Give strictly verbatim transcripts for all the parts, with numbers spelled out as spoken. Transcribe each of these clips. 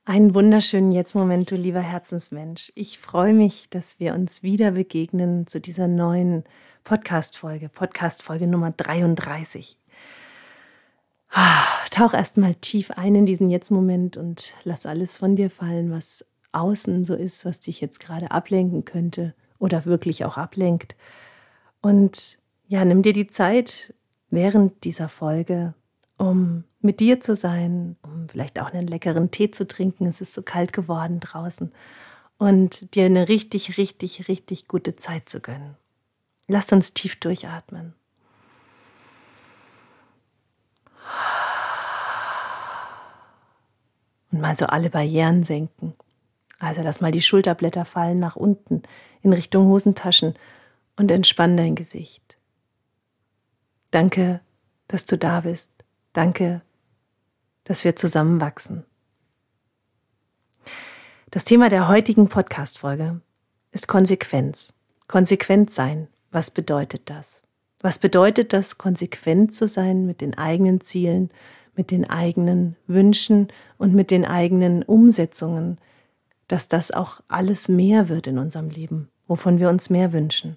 Einen wunderschönen Jetzt-Moment, du lieber Herzensmensch. Ich freue mich, dass wir uns wieder begegnen zu dieser neuen Podcast-Folge, Podcast-Folge Nummer dreiunddreißig. Tauch erstmal tief ein in diesen Jetzt-Moment und lass alles von dir fallen, was außen so ist, was dich jetzt gerade ablenken könnte oder wirklich auch ablenkt. Und ja, nimm dir die Zeit während dieser Folge, um mit dir zu sein, um vielleicht auch einen leckeren Tee zu trinken. Es ist so kalt geworden draußen. Und dir eine richtig, richtig, richtig gute Zeit zu gönnen. Lass uns tief durchatmen. Und mal so alle Barrieren senken. Also lass mal die Schulterblätter fallen nach unten in Richtung Hosentaschen und entspann dein Gesicht. Danke, dass du da bist. Danke, dass wir zusammen wachsen. Das Thema der heutigen Podcast-Folge ist Konsequenz. Konsequent sein. Was bedeutet das? Was bedeutet das, konsequent zu sein mit den eigenen Zielen, mit den eigenen Wünschen und mit den eigenen Umsetzungen, dass das auch alles mehr wird in unserem Leben, wovon wir uns mehr wünschen.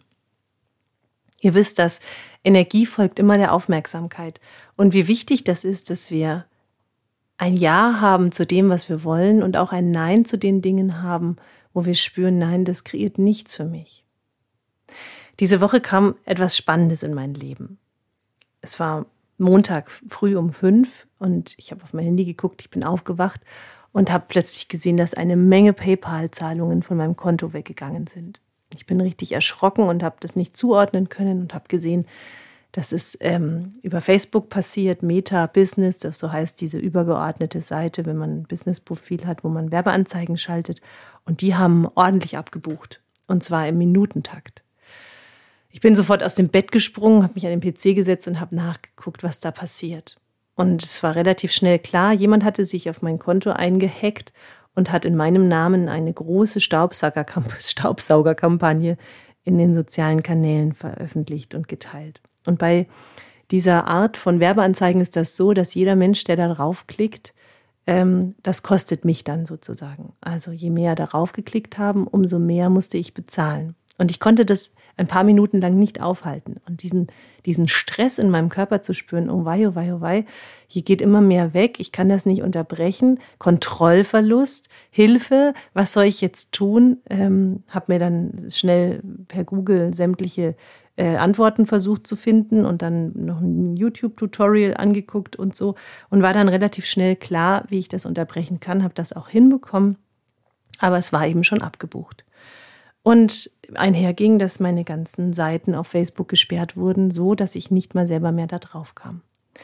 Ihr wisst, dass Energie folgt immer der Aufmerksamkeit und wie wichtig das ist, dass wir ein Ja haben zu dem, was wir wollen und auch ein Nein zu den Dingen haben, wo wir spüren, nein, das kreiert nichts für mich. Diese Woche kam etwas Spannendes in mein Leben. Es war Montag früh um fünf und ich habe auf mein Handy geguckt, ich bin aufgewacht und habe plötzlich gesehen, dass eine Menge PayPal-Zahlungen von meinem Konto weggegangen sind. Ich bin richtig erschrocken und habe das nicht zuordnen können und habe gesehen, dass es ähm, über Facebook passiert, Meta Business, das so heißt diese übergeordnete Seite, wenn man ein Business-Profil hat, wo man Werbeanzeigen schaltet. Und die haben ordentlich abgebucht, und zwar im Minutentakt. Ich bin sofort aus dem Bett gesprungen, habe mich an den P C gesetzt und habe nachgeguckt, was da passiert. Und es war relativ schnell klar, jemand hatte sich auf mein Konto eingehackt und hat in meinem Namen eine große Staubsaugerkampagne in den sozialen Kanälen veröffentlicht und geteilt. Und bei dieser Art von Werbeanzeigen ist das so, dass jeder Mensch, der da draufklickt, ähm, das kostet mich dann sozusagen. Also je mehr darauf geklickt haben, umso mehr musste ich bezahlen. Und ich konnte das ein paar Minuten lang nicht aufhalten. Und diesen, diesen Stress in meinem Körper zu spüren, oh wei, oh wei, oh wei, hier geht immer mehr weg, ich kann das nicht unterbrechen, Kontrollverlust, Hilfe, was soll ich jetzt tun? Ähm, habe mir dann schnell per Google sämtliche äh, Antworten versucht zu finden und dann noch ein YouTube-Tutorial angeguckt und so und war dann relativ schnell klar, wie ich das unterbrechen kann, habe das auch hinbekommen, aber es war eben schon abgebucht. Und einherging, dass meine ganzen Seiten auf Facebook gesperrt wurden, so dass ich nicht mal selber mehr da drauf kam.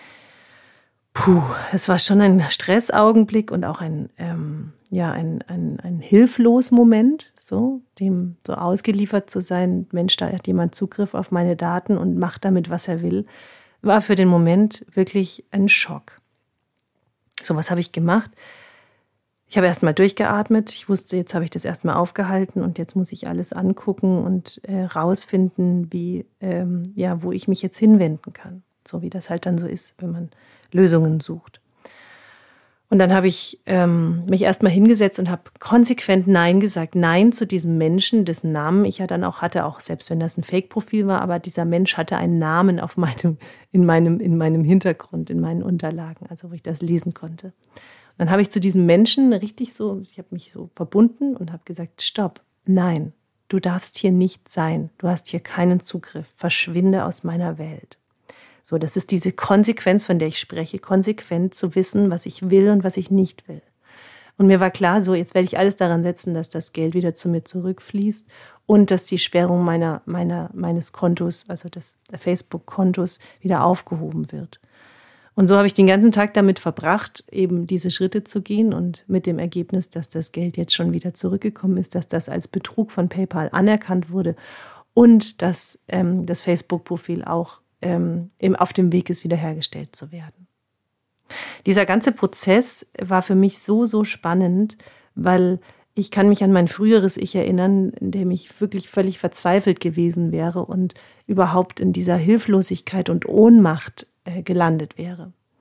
Puh, es war schon ein Stressaugenblick und auch ein, ähm, ja, ein, ein, ein hilflos Moment, so, dem so ausgeliefert zu sein, Mensch, da hat jemand Zugriff auf meine Daten und macht damit, was er will, war für den Moment wirklich ein Schock. So, was habe ich gemacht? Ich habe erst mal durchgeatmet, ich wusste, jetzt habe ich das erst mal aufgehalten und jetzt muss ich alles angucken und äh, rausfinden, wie, ähm, ja, wo ich mich jetzt hinwenden kann. So wie das halt dann so ist, wenn man Lösungen sucht. Und dann habe ich ähm, mich erst mal hingesetzt und habe konsequent Nein gesagt. Nein zu diesem Menschen, dessen Namen ich ja dann auch hatte, auch selbst wenn das ein Fake-Profil war, aber dieser Mensch hatte einen Namen auf meinem, in meinem, in meinem Hintergrund, in meinen Unterlagen, also wo ich das lesen konnte. Dann habe ich zu diesem Menschen richtig so, ich habe mich so verbunden und habe gesagt, stopp, nein, du darfst hier nicht sein, du hast hier keinen Zugriff, verschwinde aus meiner Welt. So, das ist diese Konsequenz, von der ich spreche, konsequent zu wissen, was ich will und was ich nicht will. Und mir war klar, so, jetzt werde ich alles daran setzen, dass das Geld wieder zu mir zurückfließt und dass die Sperrung meiner, meiner, meines Kontos, also des Facebook-Kontos, wieder aufgehoben wird. Und so habe ich den ganzen Tag damit verbracht, eben diese Schritte zu gehen und mit dem Ergebnis, dass das Geld jetzt schon wieder zurückgekommen ist, dass das als Betrug von PayPal anerkannt wurde und dass ähm, das Facebook-Profil auch ähm, auf dem Weg ist, wiederhergestellt zu werden. Dieser ganze Prozess war für mich so, so spannend, weil ich kann mich an mein früheres Ich erinnern, in dem ich wirklich völlig verzweifelt gewesen wäre und überhaupt in dieser Hilflosigkeit und Ohnmacht äh, gelandet wäre.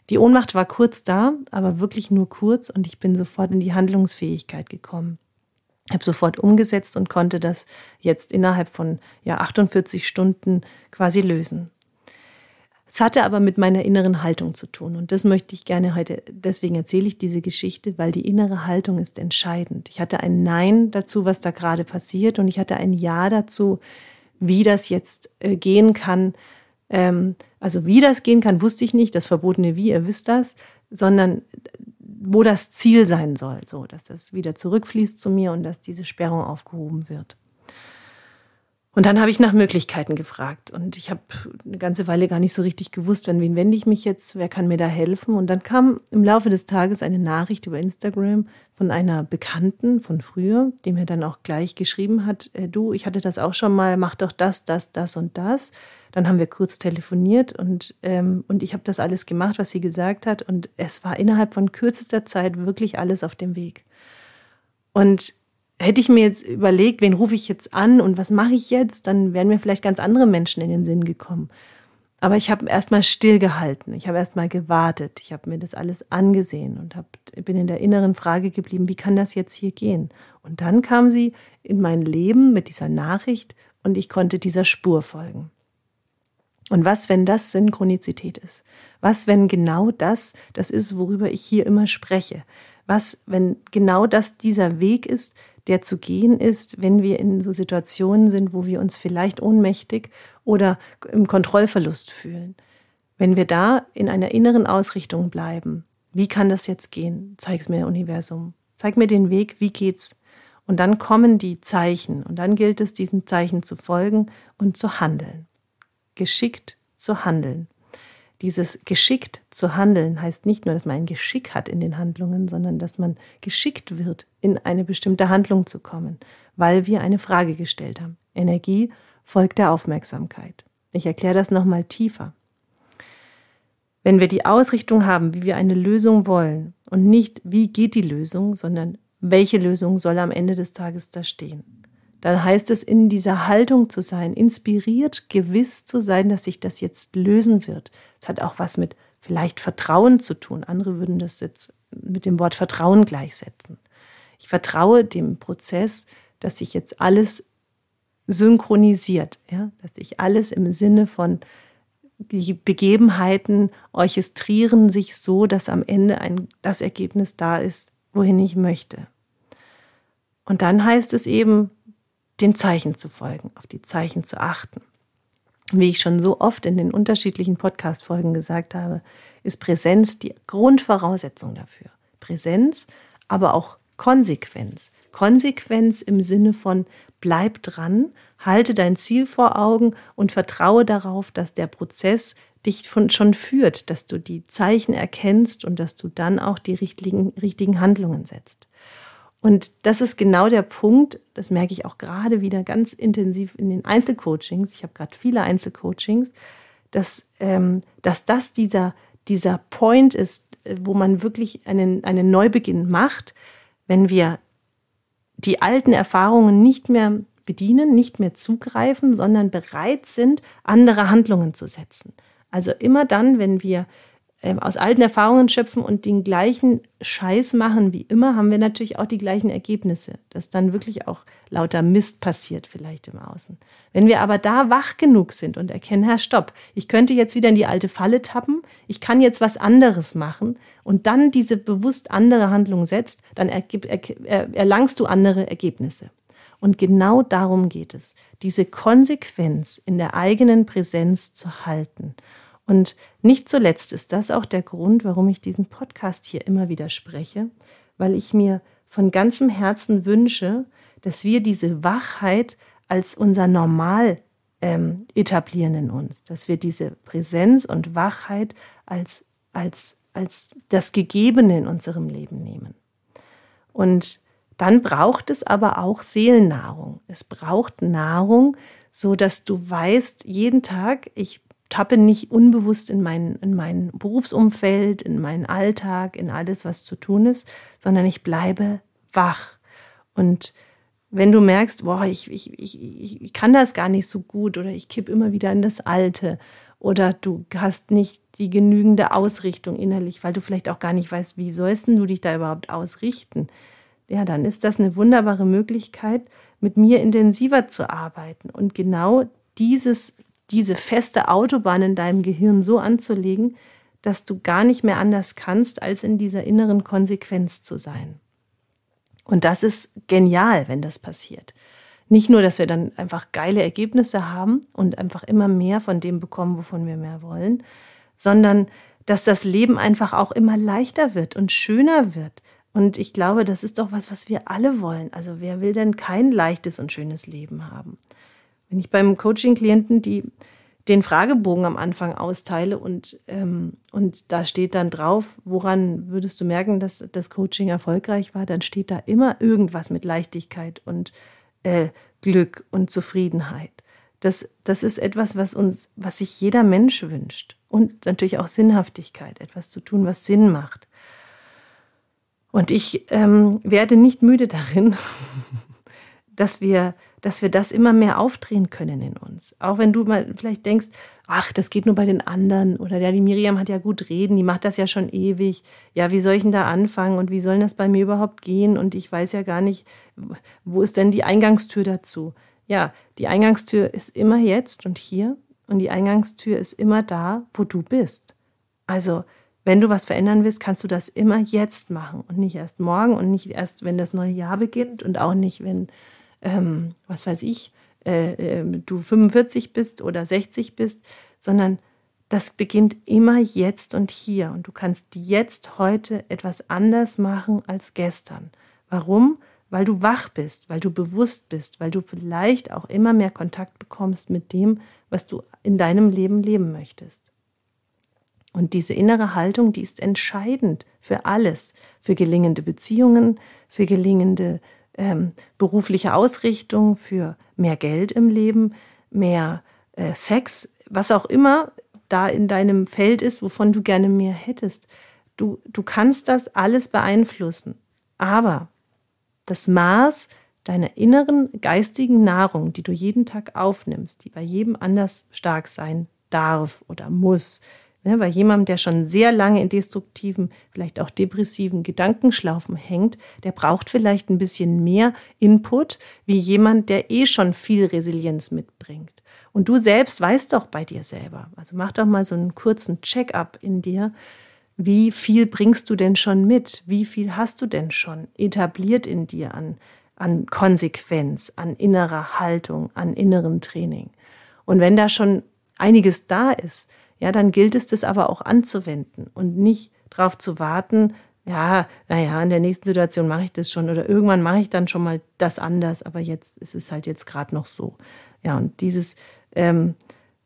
Die Ohnmacht war kurz da, aber wirklich nur kurz und ich bin sofort in die Handlungsfähigkeit gekommen. Ich habe sofort umgesetzt und konnte das jetzt innerhalb von ja, achtundvierzig Stunden quasi lösen. Es hatte aber mit meiner inneren Haltung zu tun und das möchte ich gerne heute, deswegen erzähle ich diese Geschichte, weil die innere Haltung ist entscheidend. Ich hatte ein Nein dazu, was da gerade passiert und ich hatte ein Ja dazu, wie das jetzt äh, gehen kann. Ähm, also wie das gehen kann, wusste ich nicht, das verbotene Wie, ihr wisst das, sondern wo das Ziel sein soll, so dass das wieder zurückfließt zu mir und dass diese Sperrung aufgehoben wird. Und dann habe ich nach Möglichkeiten gefragt und ich habe eine ganze Weile gar nicht so richtig gewusst, an wen wende ich mich jetzt, wer kann mir da helfen. Und dann kam im Laufe des Tages eine Nachricht über Instagram von einer Bekannten von früher, die mir dann auch gleich geschrieben hat, äh, du, ich hatte das auch schon mal, mach doch das, das, das und das. Dann haben wir kurz telefoniert und, ähm, und ich habe das alles gemacht, was sie gesagt hat und es war innerhalb von kürzester Zeit wirklich alles auf dem Weg. Und hätte ich mir jetzt überlegt, wen rufe ich jetzt an und was mache ich jetzt, dann wären mir vielleicht ganz andere Menschen in den Sinn gekommen. Aber ich habe erstmal stillgehalten, ich habe erstmal gewartet, ich habe mir das alles angesehen und hab, bin in der inneren Frage geblieben, wie kann das jetzt hier gehen? Und dann kam sie in mein Leben mit dieser Nachricht und ich konnte dieser Spur folgen. Und was, wenn das Synchronizität ist? Was, wenn genau das, das ist, worüber ich hier immer spreche? Was, wenn genau das dieser Weg ist, der zu gehen ist, wenn wir in so Situationen sind, wo wir uns vielleicht ohnmächtig oder im Kontrollverlust fühlen. Wenn wir da in einer inneren Ausrichtung bleiben, wie kann das jetzt gehen? Zeig's mir, Universum. Zeig mir den Weg, wie geht's? Und dann kommen die Zeichen und dann gilt es, diesen Zeichen zu folgen und zu handeln. Geschickt zu handeln. Dieses geschickt zu handeln heißt nicht nur, dass man ein Geschick hat in den Handlungen, sondern dass man geschickt wird, in eine bestimmte Handlung zu kommen, weil wir eine Frage gestellt haben. Energie folgt der Aufmerksamkeit. Ich erkläre das nochmal tiefer. Wenn wir die Ausrichtung haben, wie wir eine Lösung wollen und nicht, wie geht die Lösung, sondern welche Lösung soll am Ende des Tages da stehen, dann heißt es, in dieser Haltung zu sein, inspiriert, gewiss zu sein, dass sich das jetzt lösen wird. Es hat auch was mit vielleicht Vertrauen zu tun. Andere würden das jetzt mit dem Wort Vertrauen gleichsetzen. Ich vertraue dem Prozess, dass sich jetzt alles synchronisiert, ja? Dass sich alles im Sinne von die Begebenheiten orchestrieren sich so, dass am Ende ein, das Ergebnis da ist, wohin ich möchte. Und dann heißt es eben, den Zeichen zu folgen, auf die Zeichen zu achten. Wie ich schon so oft in den unterschiedlichen Podcast-Folgen gesagt habe, ist Präsenz die Grundvoraussetzung dafür. Präsenz, aber auch Konsequenz. Konsequenz im Sinne von bleib dran, halte dein Ziel vor Augen und vertraue darauf, dass der Prozess dich schon führt, dass du die Zeichen erkennst und dass du dann auch die richtigen, richtigen Handlungen setzt. Und das ist genau der Punkt, das merke ich auch gerade wieder ganz intensiv in den Einzelcoachings, ich habe gerade viele Einzelcoachings, dass, ähm, dass das dieser, dieser Point ist, wo man wirklich einen, einen Neubeginn macht, wenn wir die alten Erfahrungen nicht mehr bedienen, nicht mehr zugreifen, sondern bereit sind, andere Handlungen zu setzen. Also immer dann, wenn wir aus alten Erfahrungen schöpfen und den gleichen Scheiß machen wie immer, haben wir natürlich auch die gleichen Ergebnisse, dass dann wirklich auch lauter Mist passiert vielleicht im Außen. Wenn wir aber da wach genug sind und erkennen, Herr, stopp, ich könnte jetzt wieder in die alte Falle tappen, ich kann jetzt was anderes machen und dann diese bewusst andere Handlung setzt, dann ergib, er, erlangst du andere Ergebnisse. Und genau darum geht es, diese Konsequenz in der eigenen Präsenz zu halten. Und nicht zuletzt ist das auch der Grund, warum ich diesen Podcast hier immer wieder spreche, weil ich mir von ganzem Herzen wünsche, dass wir diese Wachheit als unser Normal ähm, etablieren in uns, dass wir diese Präsenz und Wachheit als, als, als das Gegebene in unserem Leben nehmen. Und dann braucht es aber auch Seelennahrung. Es braucht Nahrung, so dass du weißt, jeden Tag, ich tappe nicht unbewusst in mein, in mein Berufsumfeld, in meinen Alltag, in alles, was zu tun ist, sondern ich bleibe wach. Und wenn du merkst, boah, ich, ich, ich, ich kann das gar nicht so gut oder ich kippe immer wieder in das Alte oder du hast nicht die genügende Ausrichtung innerlich, weil du vielleicht auch gar nicht weißt, wie sollst du dich da überhaupt ausrichten. Ja, dann ist das eine wunderbare Möglichkeit, mit mir intensiver zu arbeiten und genau dieses, diese feste Autobahn in deinem Gehirn so anzulegen, dass du gar nicht mehr anders kannst, als in dieser inneren Konsequenz zu sein. Und das ist genial, wenn das passiert. Nicht nur, dass wir dann einfach geile Ergebnisse haben und einfach immer mehr von dem bekommen, wovon wir mehr wollen, sondern dass das Leben einfach auch immer leichter wird und schöner wird. Und ich glaube, das ist doch was, was wir alle wollen. Also wer will denn kein leichtes und schönes Leben haben? Wenn ich beim Coaching-Klienten die, den Fragebogen am Anfang austeile und, ähm, und da steht dann drauf, woran würdest du merken, dass das Coaching erfolgreich war, dann steht da immer irgendwas mit Leichtigkeit und äh, Glück und Zufriedenheit. Das, das ist etwas, was uns, was sich jeder Mensch wünscht. Und natürlich auch Sinnhaftigkeit, etwas zu tun, was Sinn macht. Und ich ähm, werde nicht müde darin, dass wir, dass wir das immer mehr aufdrehen können in uns. Auch wenn du mal vielleicht denkst, ach, das geht nur bei den anderen. Oder ja, die Miriam hat ja gut reden, die macht das ja schon ewig. Ja, wie soll ich denn da anfangen und wie soll das bei mir überhaupt gehen? Und ich weiß ja gar nicht, wo ist denn die Eingangstür dazu? Ja, die Eingangstür ist immer jetzt und hier. Und die Eingangstür ist immer da, wo du bist. Also, wenn du was verändern willst, kannst du das immer jetzt machen und nicht erst morgen und nicht erst, wenn das neue Jahr beginnt und auch nicht, wenn, ähm, was weiß ich, äh, äh, du fünfundvierzig bist oder sechzig bist, sondern das beginnt immer jetzt und hier. Und du kannst jetzt heute etwas anders machen als gestern. Warum? Weil du wach bist, weil du bewusst bist, weil du vielleicht auch immer mehr Kontakt bekommst mit dem, was du in deinem Leben leben möchtest. Und diese innere Haltung, die ist entscheidend für alles, für gelingende Beziehungen, für gelingende ähm, berufliche Ausrichtung, für mehr Geld im Leben, mehr äh, Sex, was auch immer da in deinem Feld ist, wovon du gerne mehr hättest. Du, du kannst das alles beeinflussen, aber das Maß deiner inneren geistigen Nahrung, die du jeden Tag aufnimmst, die bei jedem anders stark sein darf oder muss, ne, bei jemandem, der schon sehr lange in destruktiven, vielleicht auch depressiven Gedankenschlaufen hängt, der braucht vielleicht ein bisschen mehr Input, wie jemand, der eh schon viel Resilienz mitbringt. Und du selbst weißt doch bei dir selber, also mach doch mal so einen kurzen Check-up in dir, wie viel bringst du denn schon mit? Wie viel hast du denn schon etabliert in dir an, an Konsequenz, an innerer Haltung, an innerem Training? Und wenn da schon einiges da ist, ja, dann gilt es, das aber auch anzuwenden und nicht darauf zu warten, ja, naja, in der nächsten Situation mache ich das schon oder irgendwann mache ich dann schon mal das anders, aber jetzt ist es halt jetzt gerade noch so. Ja, und dieses ähm,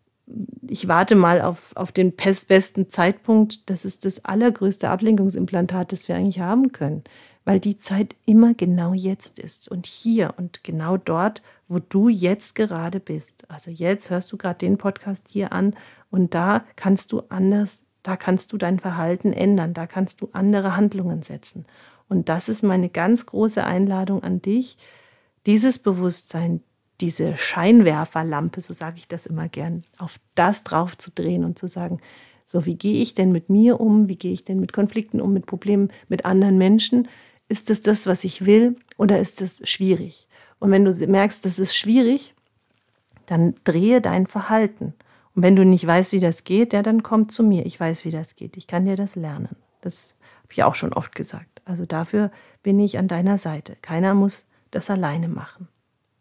ich warte mal auf, auf den besten Zeitpunkt, das ist das allergrößte Ablenkungsimplantat, das wir eigentlich haben können, weil die Zeit immer genau jetzt ist und hier und genau dort, wo du jetzt gerade bist. Also jetzt hörst du gerade den Podcast hier an und da kannst du anders, da kannst du dein Verhalten ändern, da kannst du andere Handlungen setzen. Und das ist meine ganz große Einladung an dich, dieses Bewusstsein, diese Scheinwerferlampe, so sage ich das immer gern, auf das drauf zu drehen und zu sagen, so wie gehe ich denn mit mir um, wie gehe ich denn mit Konflikten um, mit Problemen mit anderen Menschen, ist das das, was ich will oder ist das schwierig? Und wenn du merkst, das ist schwierig, dann drehe dein Verhalten. Und wenn du nicht weißt, wie das geht, ja, dann komm zu mir, ich weiß, wie das geht, ich kann dir das lernen. Das habe ich auch schon oft gesagt. Also dafür bin ich an deiner Seite. Keiner muss das alleine machen.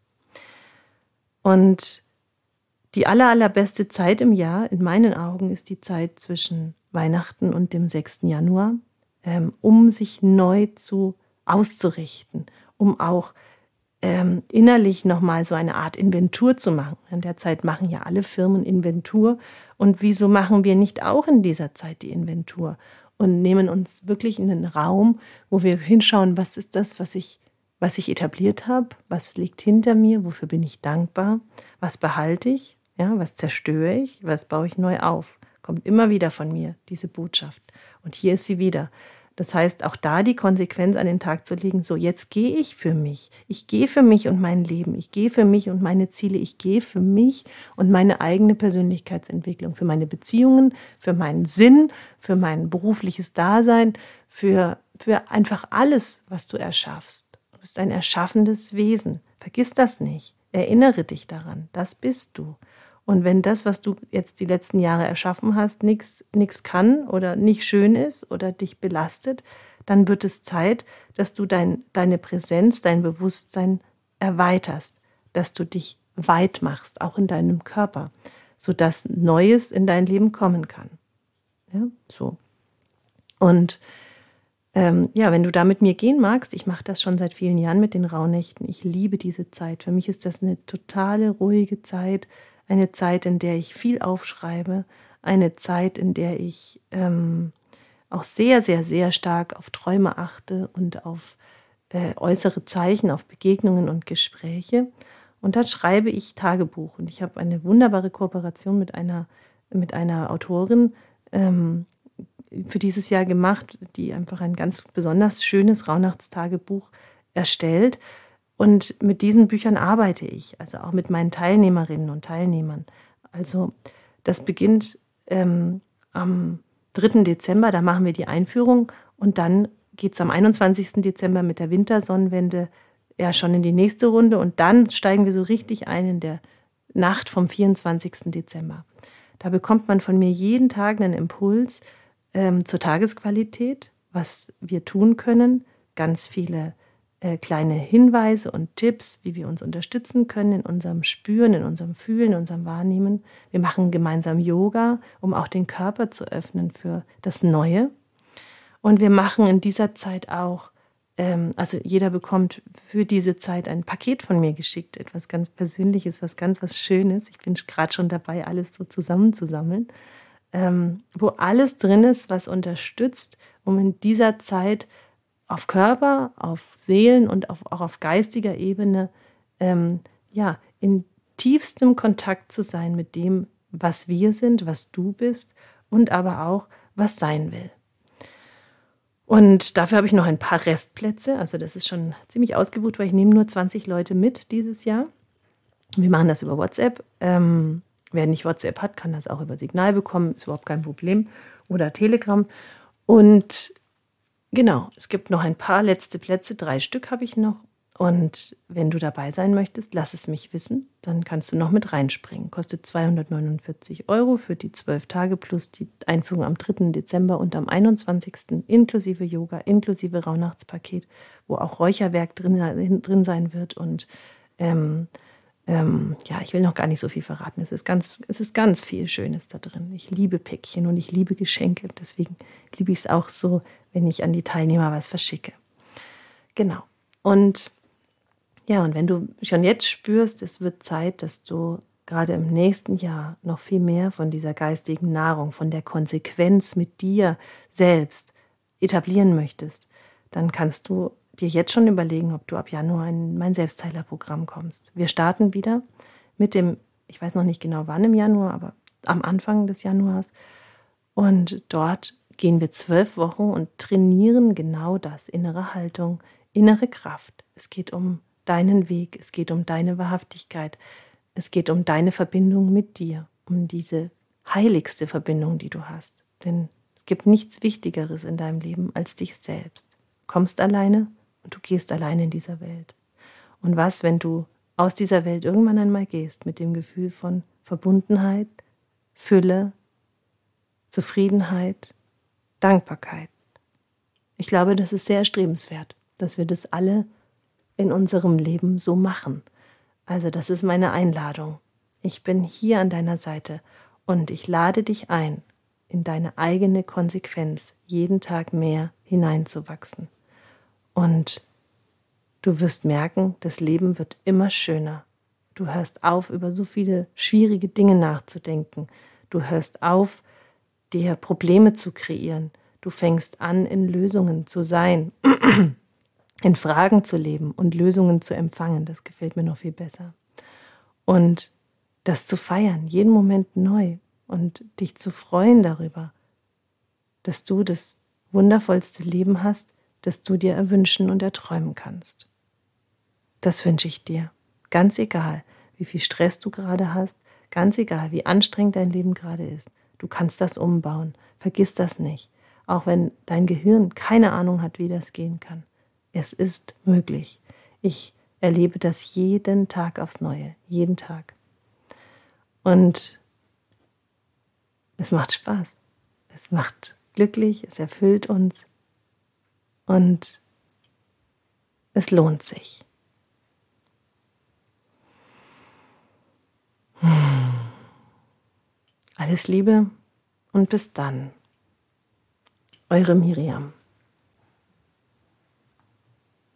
Und die aller, allerbeste Zeit im Jahr, in meinen Augen, ist die Zeit zwischen Weihnachten und dem sechsten Januar, ähm, um sich neu zu auszurichten, um auch ähm, innerlich nochmal so eine Art Inventur zu machen. In der Zeit machen ja alle Firmen Inventur. Und wieso machen wir nicht auch in dieser Zeit die Inventur und nehmen uns wirklich einen Raum, wo wir hinschauen, was ist das, was ich was ich etabliert habe, was liegt hinter mir, wofür bin ich dankbar, was behalte ich, ja, was zerstöre ich, was baue ich neu auf. Kommt immer wieder von mir, diese Botschaft. Und hier ist sie wieder. Das heißt, auch da die Konsequenz an den Tag zu legen, so jetzt gehe ich für mich. Ich gehe für mich und mein Leben. Ich gehe für mich und meine Ziele. Ich gehe für mich und meine eigene Persönlichkeitsentwicklung, für meine Beziehungen, für meinen Sinn, für mein berufliches Dasein, für, für einfach alles, was du erschaffst. Du bist ein erschaffendes Wesen. Vergiss das nicht. Erinnere dich daran. Das bist du. Und wenn das, was du jetzt die letzten Jahre erschaffen hast, nichts nichts kann oder nicht schön ist oder dich belastet, dann wird es Zeit, dass du dein, deine Präsenz, dein Bewusstsein erweiterst, dass du dich weit machst, auch in deinem Körper, sodass Neues in dein Leben kommen kann. Ja, so. Und ähm, ja, wenn du da mit mir gehen magst, ich mache das schon seit vielen Jahren mit den Rauhnächten, ich liebe diese Zeit. Für mich ist das eine totale, ruhige Zeit, eine Zeit, in der ich viel aufschreibe, eine Zeit, in der ich ähm, auch sehr, sehr, sehr stark auf Träume achte und auf äh, äußere Zeichen, auf Begegnungen und Gespräche. Und da schreibe ich Tagebuch. Und ich habe eine wunderbare Kooperation mit einer, mit einer Autorin ähm, für dieses Jahr gemacht, die einfach ein ganz besonders schönes Rauhnachtstagebuch erstellt. Und mit diesen Büchern arbeite ich, also auch mit meinen Teilnehmerinnen und Teilnehmern. Also das beginnt ähm, am dritten Dezember, da machen wir die Einführung und dann geht es am einundzwanzigsten Dezember mit der Wintersonnenwende ja schon in die nächste Runde und dann steigen wir so richtig ein in der Nacht vom vierundzwanzigsten Dezember. Da bekommt man von mir jeden Tag einen Impuls ähm, zur Tagesqualität, was wir tun können, ganz viele Äh, kleine Hinweise und Tipps, wie wir uns unterstützen können in unserem Spüren, in unserem Fühlen, in unserem Wahrnehmen. Wir machen gemeinsam Yoga, um auch den Körper zu öffnen für das Neue. Und wir machen in dieser Zeit auch, ähm, also jeder bekommt für diese Zeit ein Paket von mir geschickt, etwas ganz Persönliches, was ganz was Schönes. Ich bin gerade schon dabei, alles so zusammenzusammeln, ähm, wo alles drin ist, was unterstützt, um in dieser Zeit auf Körper, auf Seelen und auf, auch auf geistiger Ebene ähm, ja, in tiefstem Kontakt zu sein mit dem, was wir sind, was du bist und aber auch, was sein will. Und dafür habe ich noch ein paar Restplätze, also das ist schon ziemlich ausgebucht, weil ich nehme nur zwanzig Leute mit dieses Jahr. Wir machen das über WhatsApp. Ähm, wer nicht WhatsApp hat, kann das auch über Signal bekommen, ist überhaupt kein Problem. Oder Telegram. Und genau, es gibt noch ein paar letzte Plätze, drei Stück habe ich noch. Und wenn du dabei sein möchtest, lass es mich wissen, dann kannst du noch mit reinspringen. Kostet zweihundertneunundvierzig Euro für die zwölf Tage plus die Einführung am dritten Dezember und am einundzwanzigsten inklusive Yoga, inklusive Rauhnachtspaket, wo auch Räucherwerk drin, drin sein wird. Und ähm, ähm, ja, ich will noch gar nicht so viel verraten. Es ist ganz, es ist ganz viel Schönes da drin. Ich liebe Päckchen und ich liebe Geschenke. Deswegen liebe ich es auch so, wenn ich an die Teilnehmer was verschicke. Genau. Und ja, und wenn du schon jetzt spürst, es wird Zeit, dass du gerade im nächsten Jahr noch viel mehr von dieser geistigen Nahrung, von der Konsequenz mit dir selbst etablieren möchtest, dann kannst du dir jetzt schon überlegen, ob du ab Januar in mein Selbstheilerprogramm kommst. Wir starten wieder mit dem, ich weiß noch nicht genau wann im Januar, aber am Anfang des Januars. Und dort gehen wir zwölf Wochen und trainieren genau das, innere Haltung, innere Kraft. Es geht um deinen Weg, es geht um deine Wahrhaftigkeit, es geht um deine Verbindung mit dir, um diese heiligste Verbindung, die du hast. Denn es gibt nichts Wichtigeres in deinem Leben als dich selbst. Du kommst alleine und du gehst alleine in dieser Welt. Und was, wenn du aus dieser Welt irgendwann einmal gehst mit dem Gefühl von Verbundenheit, Fülle, Zufriedenheit, Dankbarkeit? Ich glaube, das ist sehr erstrebenswert, dass wir das alle in unserem Leben so machen. Also das ist meine Einladung. Ich bin hier an deiner Seite und ich lade dich ein, in deine eigene Konsequenz jeden Tag mehr hineinzuwachsen. Und du wirst merken, das Leben wird immer schöner. Du hörst auf, über so viele schwierige Dinge nachzudenken. Du hörst auf, dir Probleme zu kreieren. Du fängst an, in Lösungen zu sein, in Fragen zu leben und Lösungen zu empfangen. Das gefällt mir noch viel besser. Und das zu feiern, jeden Moment neu und dich zu freuen darüber, dass du das wundervollste Leben hast, das du dir erwünschen und erträumen kannst. Das wünsche ich dir. Ganz egal, wie viel Stress du gerade hast, ganz egal, wie anstrengend dein Leben gerade ist. Du kannst das umbauen. Vergiss das nicht. Auch wenn dein Gehirn keine Ahnung hat, wie das gehen kann. Es ist möglich. Ich erlebe das jeden Tag aufs Neue. Jeden Tag. Und es macht Spaß. Es macht glücklich, es erfüllt uns. Und es lohnt sich. Alles Liebe und bis dann. Eure Miriam.